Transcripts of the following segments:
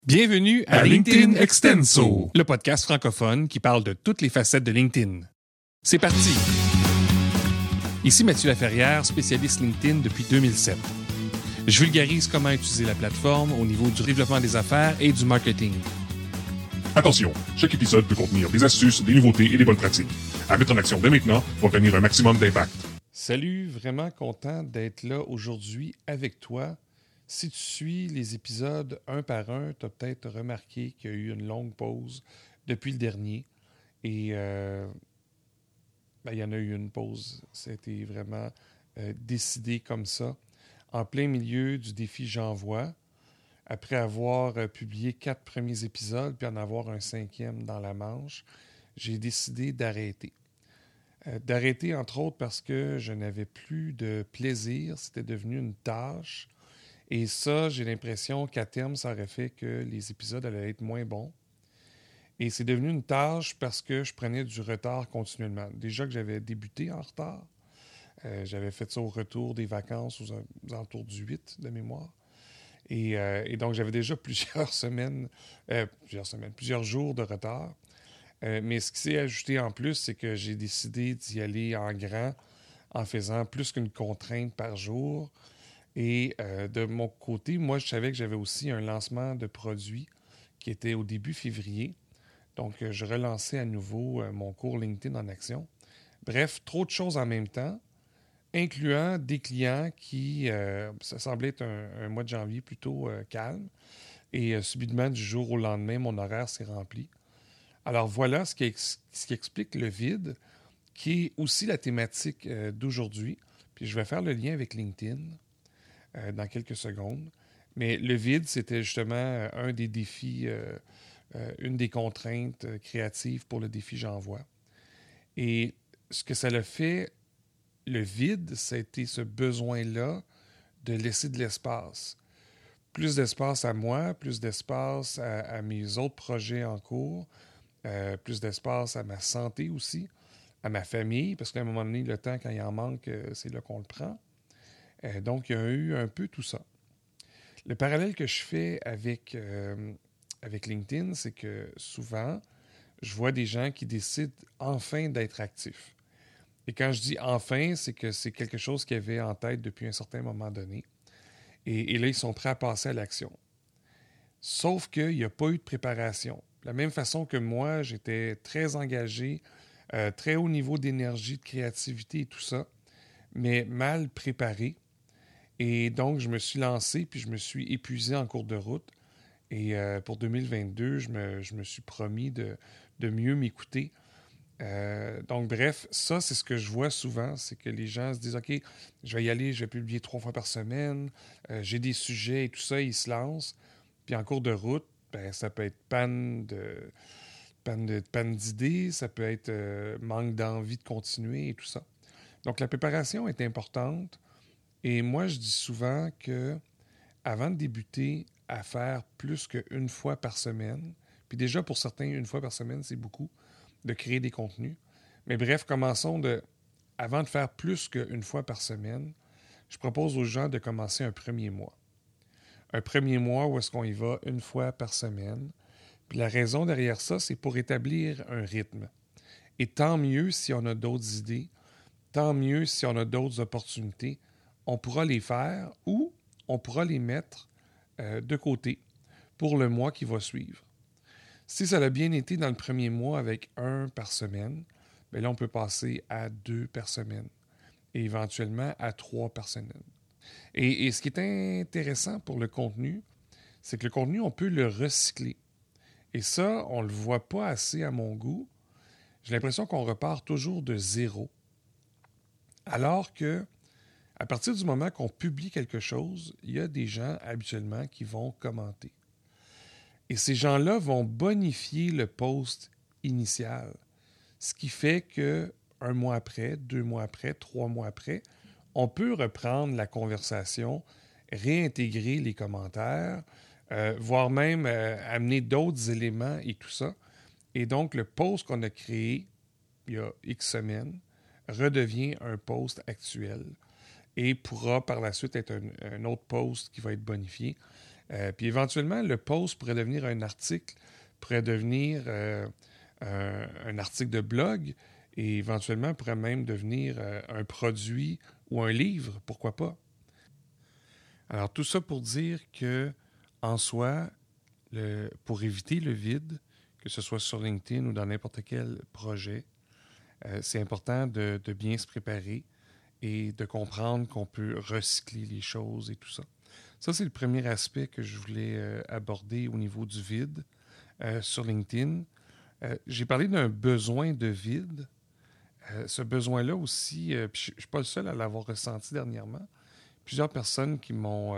Bienvenue à LinkedIn Extenso, le podcast francophone qui parle de toutes les facettes de LinkedIn. C'est parti! Ici Mathieu Laferrière, spécialiste LinkedIn depuis 2007. Je vulgarise comment utiliser la plateforme au niveau du développement des affaires et du marketing. Attention, chaque épisode peut contenir des astuces, des nouveautés et des bonnes pratiques. À mettre en action dès maintenant pour obtenir un maximum d'impact. Salut, vraiment content d'être là aujourd'hui avec toi. Si tu suis les épisodes un par un, tu as peut-être remarqué qu'il y a eu une longue pause depuis le dernier. Et il y en a eu une pause. C'était vraiment décidé comme ça. En plein milieu du défi J'envoie, après avoir publié 4 premiers épisodes, puis en avoir un 5e dans la manche, j'ai décidé d'arrêter. D'arrêter, entre autres, parce que je n'avais plus de plaisir. C'était devenu une tâche. Et ça, j'ai l'impression qu'à terme, ça aurait fait que les épisodes allaient être moins bons. Et c'est devenu une tâche parce que je prenais du retard continuellement. Déjà que j'avais débuté en retard. J'avais fait ça au retour des vacances aux alentours du 8 de mémoire. Et donc, j'avais déjà plusieurs jours de retard. Mais ce qui s'est ajouté en plus, c'est que j'ai décidé d'y aller en grand en faisant plus qu'une contrainte par jour. Et de mon côté, moi, je savais que j'avais aussi un lancement de produit qui était au début février. Donc, je relançais à nouveau mon cours LinkedIn en action. Bref, trop de choses en même temps, incluant des clients qui, ça semblait être un mois de janvier plutôt calme. Et subitement, du jour au lendemain, mon horaire s'est rempli. Alors voilà ce qui explique le vide, qui est aussi la thématique d'aujourd'hui. Puis je vais faire le lien avec LinkedIn dans quelques secondes. Mais le vide, c'était justement un des défis, une des contraintes créatives pour le défi J'envoie. Et ce que ça l'a fait, le vide, ça a été ce besoin-là de laisser de l'espace. Plus d'espace à moi, plus d'espace à mes autres projets en cours, plus d'espace à ma santé aussi, à ma famille, parce qu'à un moment donné, le temps, quand il en manque, c'est là qu'on le prend. Donc, il y a eu un peu tout ça. Le parallèle que je fais avec LinkedIn, c'est que souvent, je vois des gens qui décident enfin d'être actifs. Et quand je dis enfin, c'est que c'est quelque chose qu'ils avaient en tête depuis un certain moment donné. Et là, ils sont prêts à passer à l'action. Sauf qu'il n'y a pas eu de préparation. De la même façon que moi, j'étais très engagé, très haut niveau d'énergie, de créativité et tout ça, mais mal préparé. Et donc, je me suis lancé, puis je me suis épuisé en cours de route. Et pour 2022, je me suis promis de mieux m'écouter. Donc, bref, ça, c'est ce que je vois souvent, c'est que les gens se disent, OK, je vais y aller, je vais publier 3 fois par semaine, j'ai des sujets et tout ça, ils se lancent. Puis en cours de route, ben, ça peut être panne d'idées, ça peut être manque d'envie de continuer et tout ça. Donc, la préparation est importante. Et moi, je dis souvent que avant de débuter à faire plus qu'une fois par semaine, puis déjà pour certains, une fois par semaine, c'est beaucoup, de créer des contenus. Mais bref, avant de faire plus qu'une fois par semaine, je propose aux gens de commencer un premier mois. Un premier mois où est-ce qu'on y va une fois par semaine. Puis la raison derrière ça, c'est pour établir un rythme. Et tant mieux si on a d'autres idées, tant mieux si on a d'autres opportunités, on pourra les faire ou on pourra les mettre de côté pour le mois qui va suivre. Si ça a bien été dans le premier mois avec 1 par semaine, bien là, on peut passer à 2 par semaine et éventuellement à 3 par semaine. Et ce qui est intéressant pour le contenu, c'est que le contenu, on peut le recycler. Et ça, on ne le voit pas assez à mon goût. J'ai l'impression qu'on repart toujours de zéro. Alors que, à partir du moment qu'on publie quelque chose, il y a des gens habituellement qui vont commenter. Et ces gens-là vont bonifier le post initial. Ce qui fait que 1 mois après, 2 mois après, 3 mois après, on peut reprendre la conversation, réintégrer les commentaires, voire même amener d'autres éléments et tout ça. Et donc, le post qu'on a créé il y a X semaines redevient un post actuel et pourra par la suite être un autre post qui va être bonifié. Puis éventuellement, le post pourrait devenir un article, pourrait devenir un article de blog, et éventuellement pourrait même devenir un produit ou un livre, pourquoi pas. Alors tout ça pour dire que, en soi, pour éviter le vide, que ce soit sur LinkedIn ou dans n'importe quel projet, c'est important de bien se préparer et de comprendre qu'on peut recycler les choses et tout ça. Ça, c'est le premier aspect que je voulais aborder au niveau du vide sur LinkedIn. J'ai parlé d'un besoin de vide. Ce besoin-là aussi, puis je ne suis pas le seul à l'avoir ressenti dernièrement. Plusieurs personnes qui m'ont...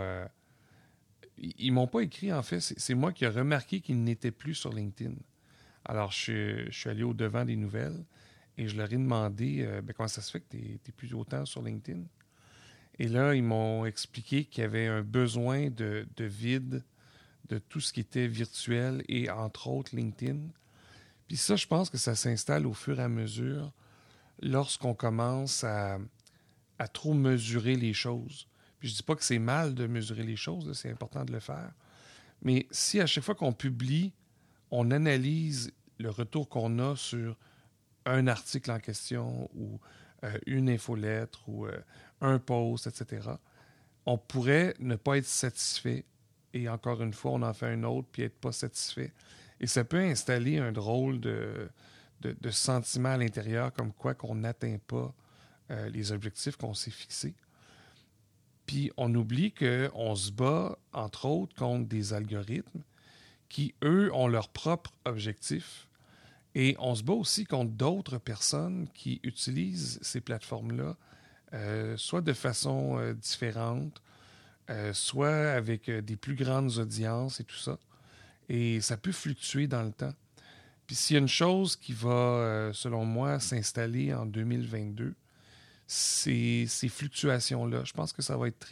ils m'ont pas écrit, en fait. C'est moi qui ai remarqué qu'ils n'étaient plus sur LinkedIn. Alors, je suis allé au-devant des nouvelles et je leur ai demandé comment ça se fait que tu n'es plus autant sur LinkedIn. Et là, ils m'ont expliqué qu'il y avait un besoin de vide de tout ce qui était virtuel et entre autres LinkedIn. Puis ça, je pense que ça s'installe au fur et à mesure lorsqu'on commence à trop mesurer les choses. Puis je dis pas que c'est mal de mesurer les choses, là, c'est important de le faire. Mais si à chaque fois qu'on publie, on analyse le retour qu'on a sur un article en question ou une infolettre ou un post, etc., on pourrait ne pas être satisfait. Et encore une fois, on en fait un autre puis être pas satisfait. Et ça peut installer un drôle de sentiment à l'intérieur comme quoi qu'on n'atteint pas les objectifs qu'on s'est fixés. Puis on oublie qu'on se bat, entre autres, contre des algorithmes qui, eux, ont leurs propres objectifs. Et on se bat aussi contre d'autres personnes qui utilisent ces plateformes-là, soit de façon différente, soit avec des plus grandes audiences et tout ça. Et ça peut fluctuer dans le temps. Puis s'il y a une chose qui va, selon moi, s'installer en 2022, c'est ces fluctuations-là. Je pense que ça va être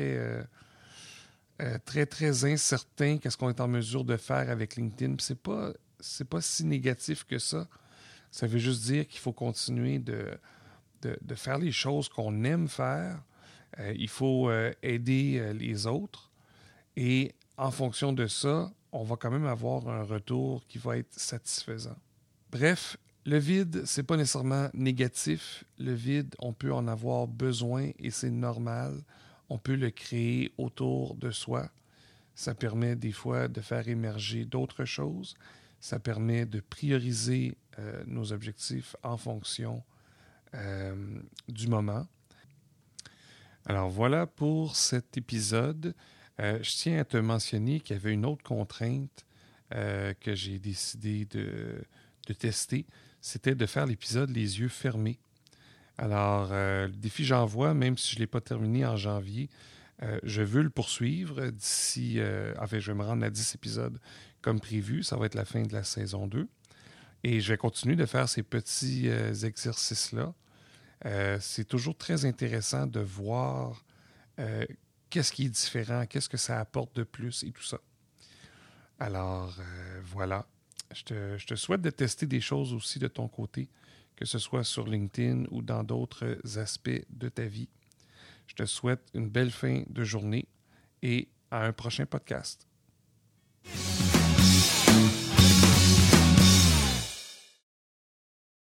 très incertain qu'est-ce qu'on est en mesure de faire avec LinkedIn. Puis c'est pas si négatif que ça. Ça veut juste dire qu'il faut continuer de faire les choses qu'on aime faire. Il faut aider les autres. Et en fonction de ça, on va quand même avoir un retour qui va être satisfaisant. Bref, le vide, c'est pas nécessairement négatif. Le vide, on peut en avoir besoin et c'est normal. On peut le créer autour de soi. Ça permet des fois de faire émerger d'autres choses. Ça permet de prioriser nos objectifs en fonction du moment. Alors voilà pour cet épisode. Je tiens à te mentionner qu'il y avait une autre contrainte que j'ai décidé de tester. C'était de faire l'épisode les yeux fermés. Alors, le défi j'envoie, même si je ne l'ai pas terminé en janvier, je veux le poursuivre d'ici... je vais me rendre à 10 épisodes comme prévu. Ça va être la fin de la saison 2. Et je vais continuer de faire ces petits exercices-là. C'est toujours très intéressant de voir qu'est-ce qui est différent, qu'est-ce que ça apporte de plus et tout ça. Alors, voilà. Je te souhaite de tester des choses aussi de ton côté, que ce soit sur LinkedIn ou dans d'autres aspects de ta vie. Je te souhaite une belle fin de journée et à un prochain podcast.